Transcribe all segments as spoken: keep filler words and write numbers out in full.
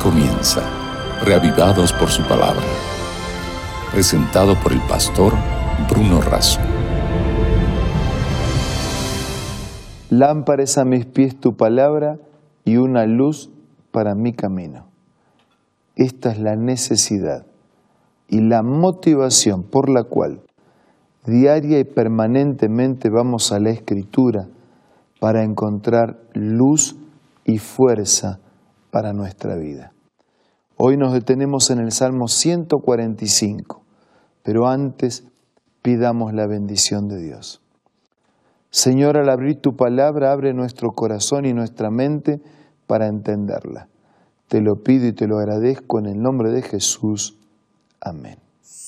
comienza, reavivados por su palabra. Presentado por el pastor Bruno Razo. Lámpara es a mis pies tu palabra y una luz para mi camino. Esta es la necesidad y la motivación por la cual diaria y permanentemente vamos a la Escritura para encontrar luz y fuerza para nuestra vida. Hoy nos detenemos en el Salmo ciento cuarenta y cinco, pero antes pidamos la bendición de Dios. Señor, al abrir tu palabra, abre nuestro corazón y nuestra mente para entenderla. Te lo pido y te lo agradezco en el nombre de Jesús. Amén.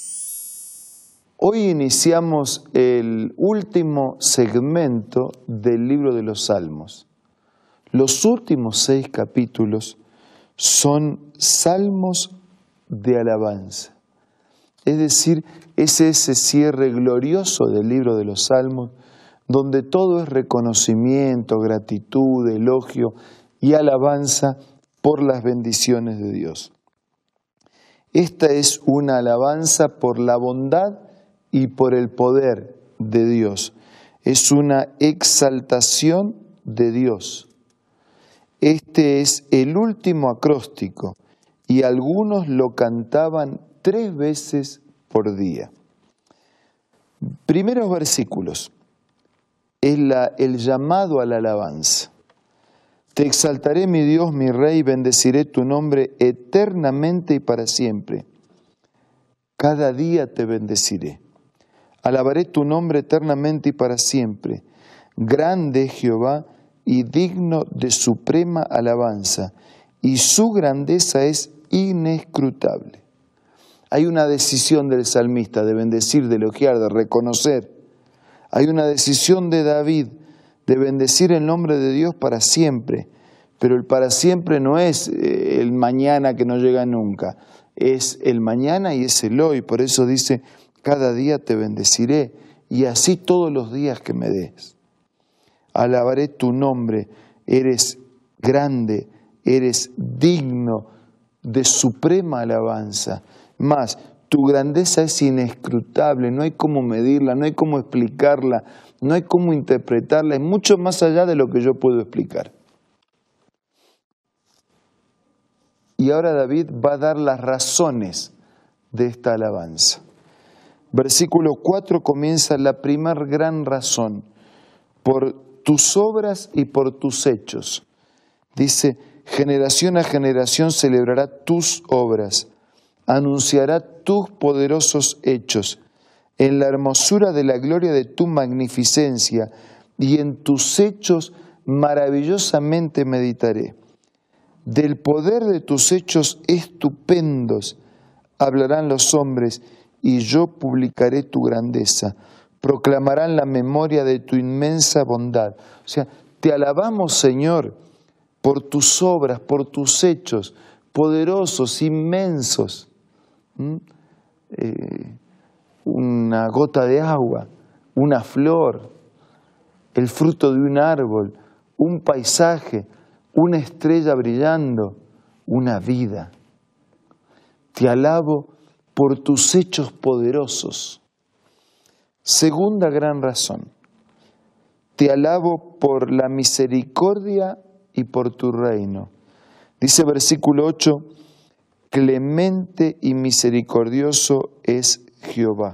Hoy iniciamos el último segmento del libro de los Salmos. Los últimos seis capítulos son salmos de alabanza. Es decir, es ese cierre glorioso del libro de los Salmos, donde todo es reconocimiento, gratitud, elogio y alabanza por las bendiciones de Dios. Esta es una alabanza por la bondad y por el poder de Dios. Es una exaltación de Dios. Este es el último acróstico y algunos lo cantaban tres veces por día. Primeros versículos. Es la, el llamado a la alabanza. Te exaltaré, mi Dios, mi Rey, bendeciré tu nombre eternamente y para siempre. Cada día te bendeciré. Alabaré tu nombre eternamente y para siempre. Grande es Jehová y digno de suprema alabanza, y su grandeza es inescrutable. Hay una decisión del salmista de bendecir, de elogiar, de reconocer. Hay una decisión de David de bendecir el nombre de Dios para siempre, pero el para siempre no es el mañana que no llega nunca, es el mañana y es el hoy. Por eso dice, cada día te bendeciré y así todos los días que me des. Alabaré tu nombre, eres grande, eres digno de suprema alabanza. Más, tu grandeza es inescrutable, no hay cómo medirla, no hay cómo explicarla, no hay cómo interpretarla, es mucho más allá de lo que yo puedo explicar. Y ahora David va a dar las razones de esta alabanza. Versículo cuatro comienza la primer gran razón, por tus obras y por tus hechos. Dice, generación a generación celebrará tus obras, anunciará tus poderosos hechos, en la hermosura de la gloria de tu magnificencia, y en tus hechos maravillosamente meditaré. Del poder de tus hechos estupendos hablarán los hombres, y yo publicaré tu grandeza. Proclamarán la memoria de tu inmensa bondad. O sea, te alabamos, Señor, por tus obras, por tus hechos poderosos, inmensos. ¿Mm? Eh, una gota de agua, una flor, el fruto de un árbol, un paisaje, una estrella brillando, una vida. Te alabo por tus hechos poderosos. Segunda gran razón, te alabo por la misericordia y por tu reino. Dice versículo ocho, clemente y misericordioso es Jehová,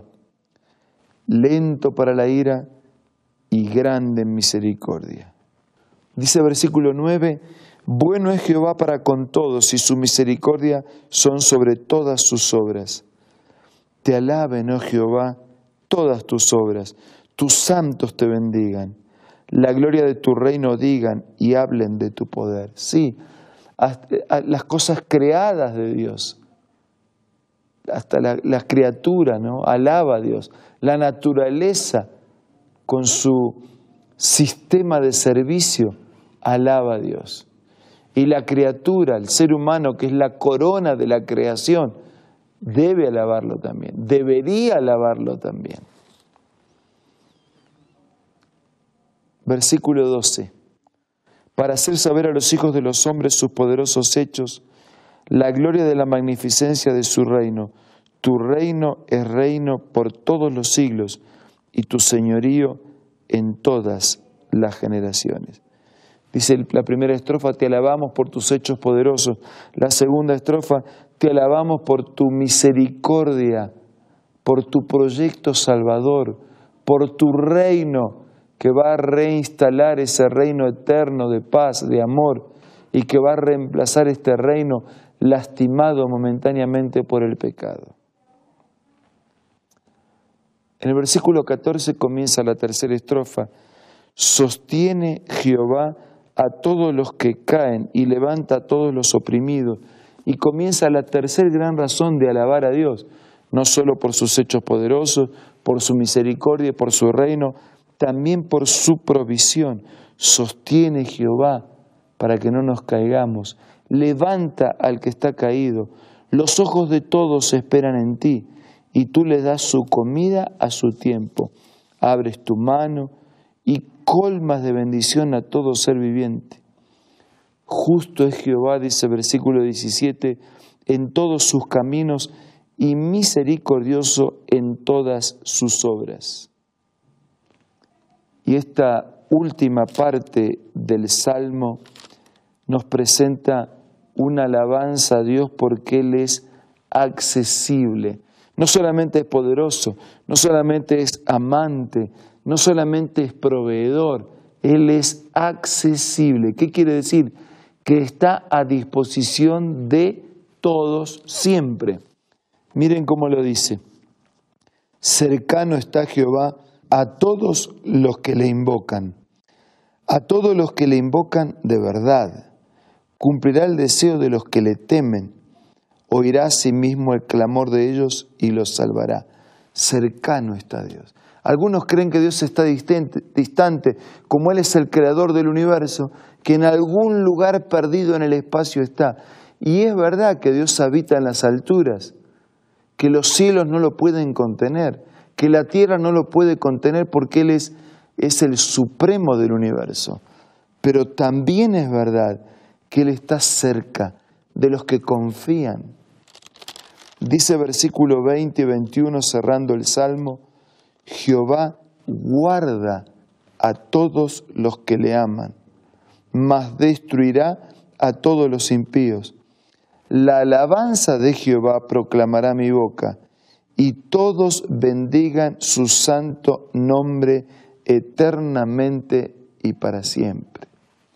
lento para la ira y grande en misericordia. Dice versículo nueve, bueno es Jehová para con todos y su misericordia son sobre todas sus obras. Te alaben, oh Jehová, todas tus obras, tus santos te bendigan, la gloria de tu reino digan y hablen de tu poder. Sí, hasta las cosas creadas de Dios, hasta la, la criatura, ¿no? Alaba a Dios, la naturaleza con su sistema de servicio, alaba a Dios. Y la criatura, el ser humano, que es la corona de la creación, debe alabarlo también, debería alabarlo también. Versículo doce. Para hacer saber a los hijos de los hombres sus poderosos hechos, la gloria de la magnificencia de su reino. Tu reino es reino por todos los siglos y tu señorío en todas las generaciones. Dice la primera estrofa, te alabamos por tus hechos poderosos. La segunda estrofa, te alabamos por tu misericordia, por tu proyecto salvador, por tu reino que va a reinstalar ese reino eterno de paz, de amor, y que va a reemplazar este reino lastimado momentáneamente por el pecado. En el versículo catorce comienza la tercera estrofa. Sostiene Jehová a todos los que caen y levanta a todos los oprimidos. Y comienza la tercera gran razón de alabar a Dios, no solo por sus hechos poderosos, por su misericordia y por su reino, también por su provisión. Sostiene Jehová para que no nos caigamos. Levanta al que está caído. Los ojos de todos esperan en ti, y tú le das su comida a su tiempo. Abres tu mano y colmas de bendición a todo ser viviente. Justo es Jehová, dice versículo diecisiete, en todos sus caminos y misericordioso en todas sus obras. Y esta última parte del Salmo nos presenta una alabanza a Dios porque Él es accesible. No solamente es poderoso, no solamente es amante, no solamente es proveedor, Él es accesible. ¿Qué quiere decir? Que está a disposición de todos siempre. Miren cómo lo dice. Cercano está Jehová a todos los que le invocan, a todos los que le invocan de verdad. Cumplirá el deseo de los que le temen, oirá a sí mismo el clamor de ellos y los salvará. Cercano está Dios. Algunos creen que Dios está distante, distante, como Él es el creador del universo, que en algún lugar perdido en el espacio está. Y es verdad que Dios habita en las alturas, que los cielos no lo pueden contener, que la tierra no lo puede contener porque Él es, es el supremo del universo. Pero también es verdad que Él está cerca de los que confían. Dice versículo veinte y veintiuno, cerrando el Salmo, Jehová guarda a todos los que le aman, mas destruirá a todos los impíos. La alabanza de Jehová proclamará mi boca, y todos bendigan su santo nombre eternamente y para siempre.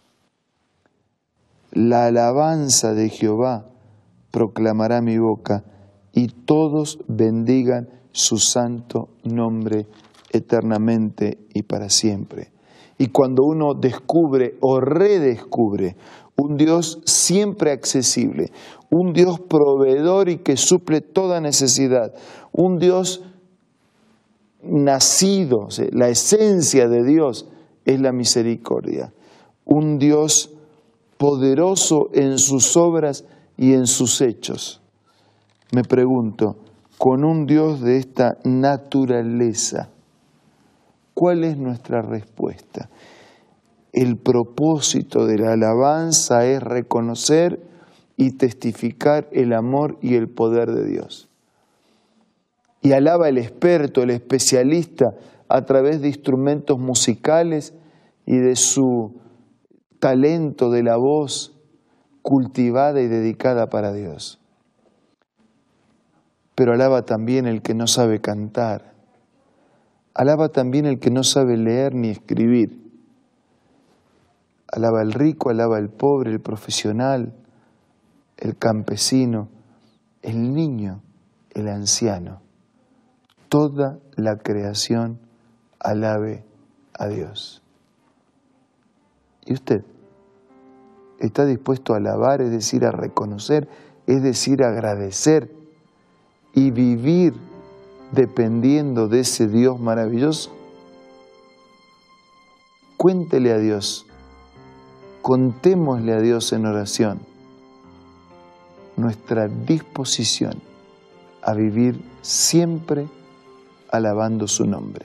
La alabanza de Jehová proclamará mi boca, y todos bendigan su santo nombre eternamente y para siempre. Y cuando uno descubre o redescubre un Dios siempre accesible, un Dios proveedor y que suple toda necesidad, un Dios nacido, o sea, la esencia de Dios es la misericordia, un Dios poderoso en sus obras y en sus hechos. Me pregunto, con un Dios de esta naturaleza, ¿cuál es nuestra respuesta? El propósito de la alabanza es reconocer y testificar el amor y el poder de Dios. Y alaba el experto, el especialista, a través de instrumentos musicales y de su talento de la voz cultivada y dedicada para Dios. Pero alaba también el que no sabe cantar. Alaba también el que no sabe leer ni escribir. Alaba al rico, alaba al pobre, el profesional, el campesino, el niño, el anciano. Toda la creación alabe a Dios. ¿Y usted? ¿Está dispuesto a alabar, es decir, a reconocer, es decir, a agradecer y vivir dependiendo de ese Dios maravilloso? Cuéntele a Dios, contémosle a Dios en oración nuestra disposición a vivir siempre alabando su nombre.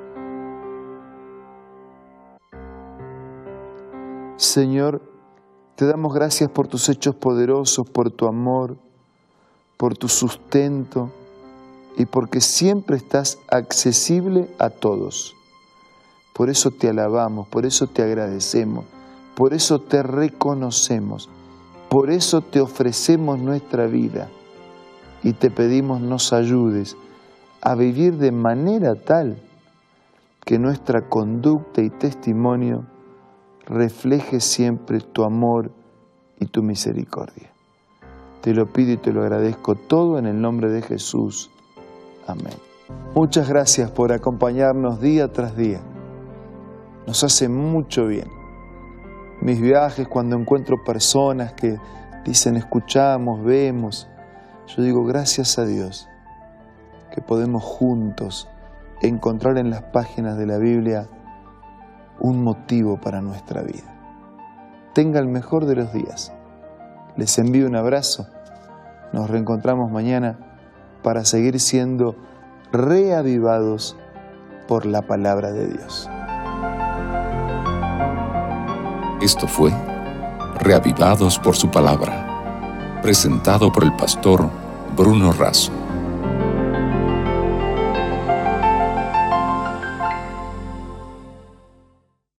Señor, Te damos gracias por tus hechos poderosos, por tu amor, por tu sustento y porque siempre estás accesible a todos. Por eso te alabamos, por eso te agradecemos, por eso te reconocemos, por eso te ofrecemos nuestra vida y te pedimos nos ayudes a vivir de manera tal que nuestra conducta y testimonio refleje siempre tu amor y tu misericordia. Te lo pido y te lo agradezco todo en el nombre de Jesús. Amén. Muchas gracias por acompañarnos día tras día. Nos hace mucho bien. Mis viajes, cuando encuentro personas que dicen escuchamos, vemos, yo digo gracias a Dios que podemos juntos encontrar en las páginas de la Biblia un motivo para nuestra vida. Tenga el mejor de los días. Les envío un abrazo. Nos reencontramos mañana para seguir siendo reavivados por la palabra de Dios. Esto fue Reavivados por su palabra, presentado por el pastor Bruno Razo.